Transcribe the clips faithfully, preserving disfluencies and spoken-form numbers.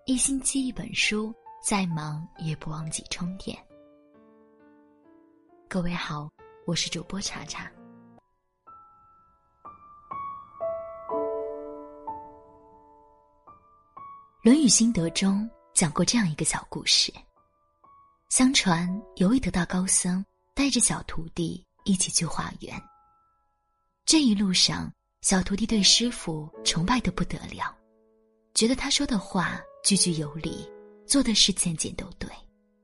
一星期一本书，再忙也不忘记充电。各位好，我是主播茶茶。《论语心得》中讲过这样一个小故事。相传有位得道高僧带着小徒弟一起去化缘。这一路上，小徒弟对师父崇拜得不得了，觉得他说的话句句有理，做的事件件都对。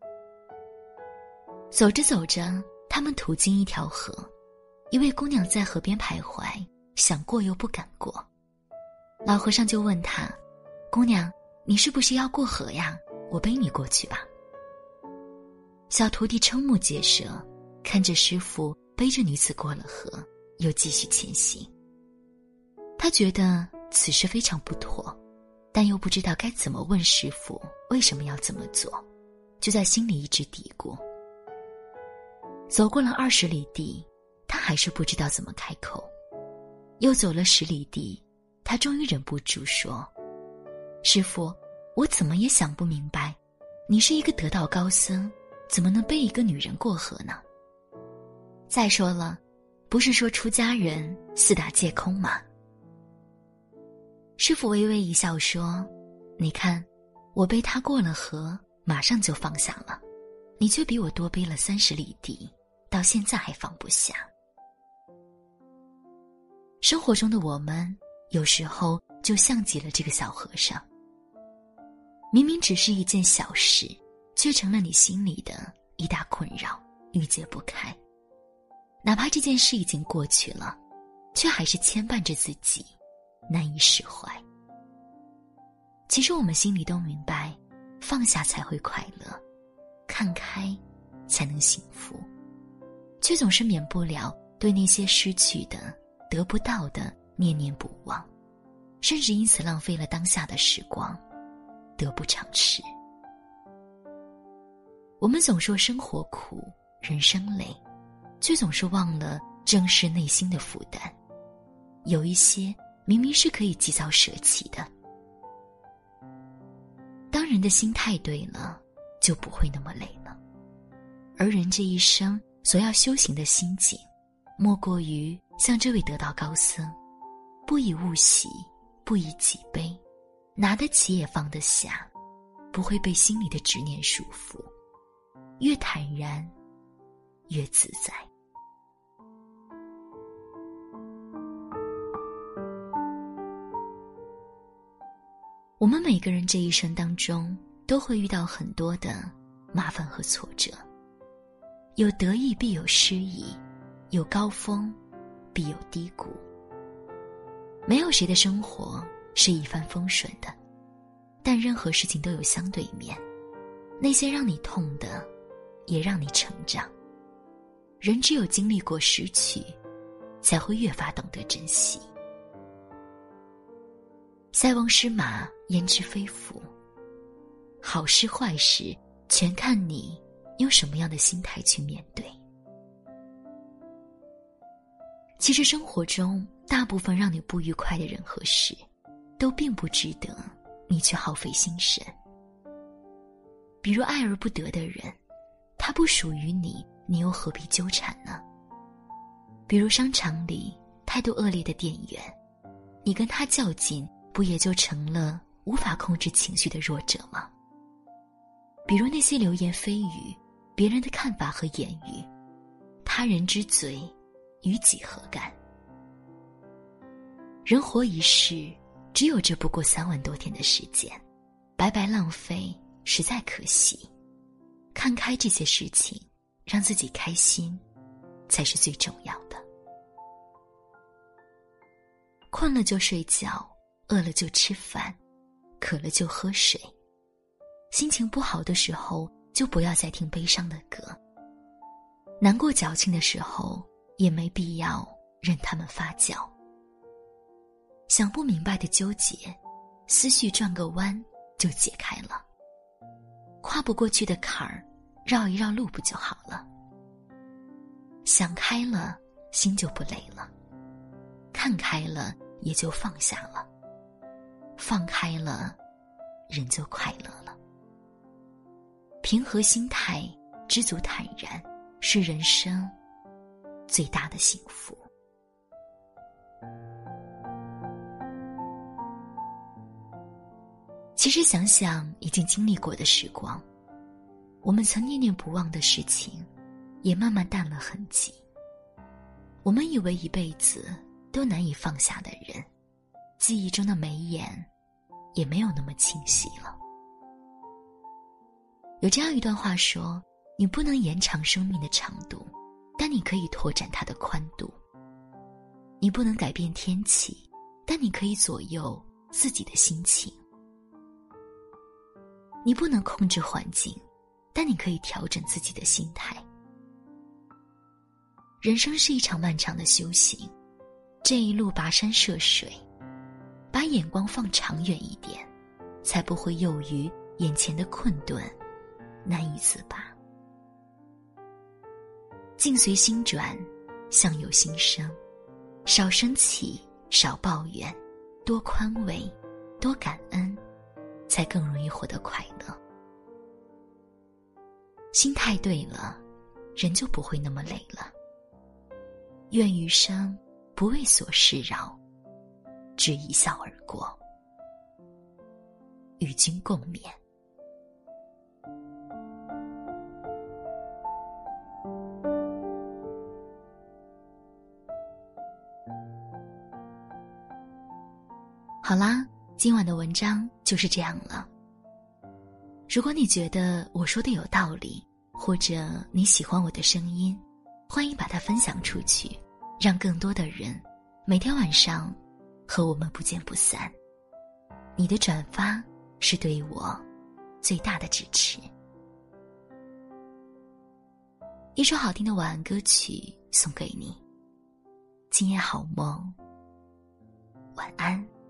走着走着，他们途经一条河，一位姑娘在河边徘徊，想过又不敢过。老和尚就问她：姑娘，你是不是要过河呀？我背你过去吧。小徒弟瞠目结舌，看着师父背着女子过了河，又继续前行。他觉得此事非常不妥，但又不知道该怎么问师父为什么要这么做，就在心里一直嘀咕。走过了二十里地，他还是不知道怎么开口。又走了十里地，他终于忍不住说：师父，我怎么也想不明白，你是一个得道高僧，怎么能背一个女人过河呢？再说了，不是说出家人四大皆空吗？师父微微一笑说：你看，我背她过了河，马上就放下了，你却比我多背了三十里地，到现在还放不下。生活中的我们，有时候就像极了这个小和尚，明明只是一件小事，却成了你心里的一大困扰，郁结不开。哪怕这件事已经过去了，却还是牵绊着自己，难以释怀。其实我们心里都明白，放下才会快乐，看开才能幸福，却总是免不了对那些失去的、得不到的念念不忘，甚至因此浪费了当下的时光，得不偿失。我们总说生活苦，人生累，却总是忘了正视内心的负担。有一些明明是可以及早舍弃的。当人的心态对了，就不会那么累了。而人这一生所要修行的心境，莫过于像这位得道高僧，不以物喜，不以己悲，拿得起也放得下，不会被心里的执念束缚，越坦然越自在。我们每个人这一生当中，都会遇到很多的麻烦和挫折，有得意必有失意，有高峰必有低谷。没有谁的生活是一帆风顺的，但任何事情都有相对面，那些让你痛的，也让你成长。人只有经历过失去，才会越发懂得珍惜。塞翁失马，焉知非福。好事坏事，全看你用什么样的心态去面对。其实生活中大部分让你不愉快的人和事，都并不值得你去耗费心神。比如爱而不得的人，他不属于你，你又何必纠缠呢？比如商场里态度恶劣的店员，你跟他较劲，不也就成了无法控制情绪的弱者吗？比如那些流言蜚语，别人的看法和言语，他人之嘴，与己何干？人活一世，只有这不过三万多天的时间，白白浪费，实在可惜。看开这些事情，让自己开心，才是最重要的。困了就睡觉，饿了就吃饭，渴了就喝水。心情不好的时候，就不要再听悲伤的歌。难过矫情的时候，也没必要任他们发酵。想不明白的纠结，思绪转个弯就解开了。跨不过去的坎儿，绕一绕路不就好了？想开了，心就不累了；看开了，也就放下了；放开了， 人就快乐了。平和心态，知足坦然，是人生最大的幸福。其实想想已经经历过的时光，我们曾念念不忘的事情，也慢慢淡了痕迹。我们以为一辈子都难以放下的人，记忆中的眉眼也没有那么清晰了。有这样一段话说，你不能延长生命的长度，但你可以拓展它的宽度。你不能改变天气，但你可以左右自己的心情。你不能控制环境，但你可以调整自己的心态。人生是一场漫长的修行，这一路跋山涉水，把眼光放长远一点，才不会囿于眼前的困顿，难以自拔。境随心转，相由心生，少生气，少抱怨，多宽慰，多感恩，才更容易获得快乐。心态对了，人就不会那么累了。愿余生不为琐事扰，只一笑而过。与君共勉。好啦，今晚的文章就是这样了。如果你觉得我说的有道理，或者你喜欢我的声音，欢迎把它分享出去，让更多的人每天晚上和我们不见不散。你的转发是对我最大的支持。一首好听的晚安歌曲送给你，今夜好梦，晚安。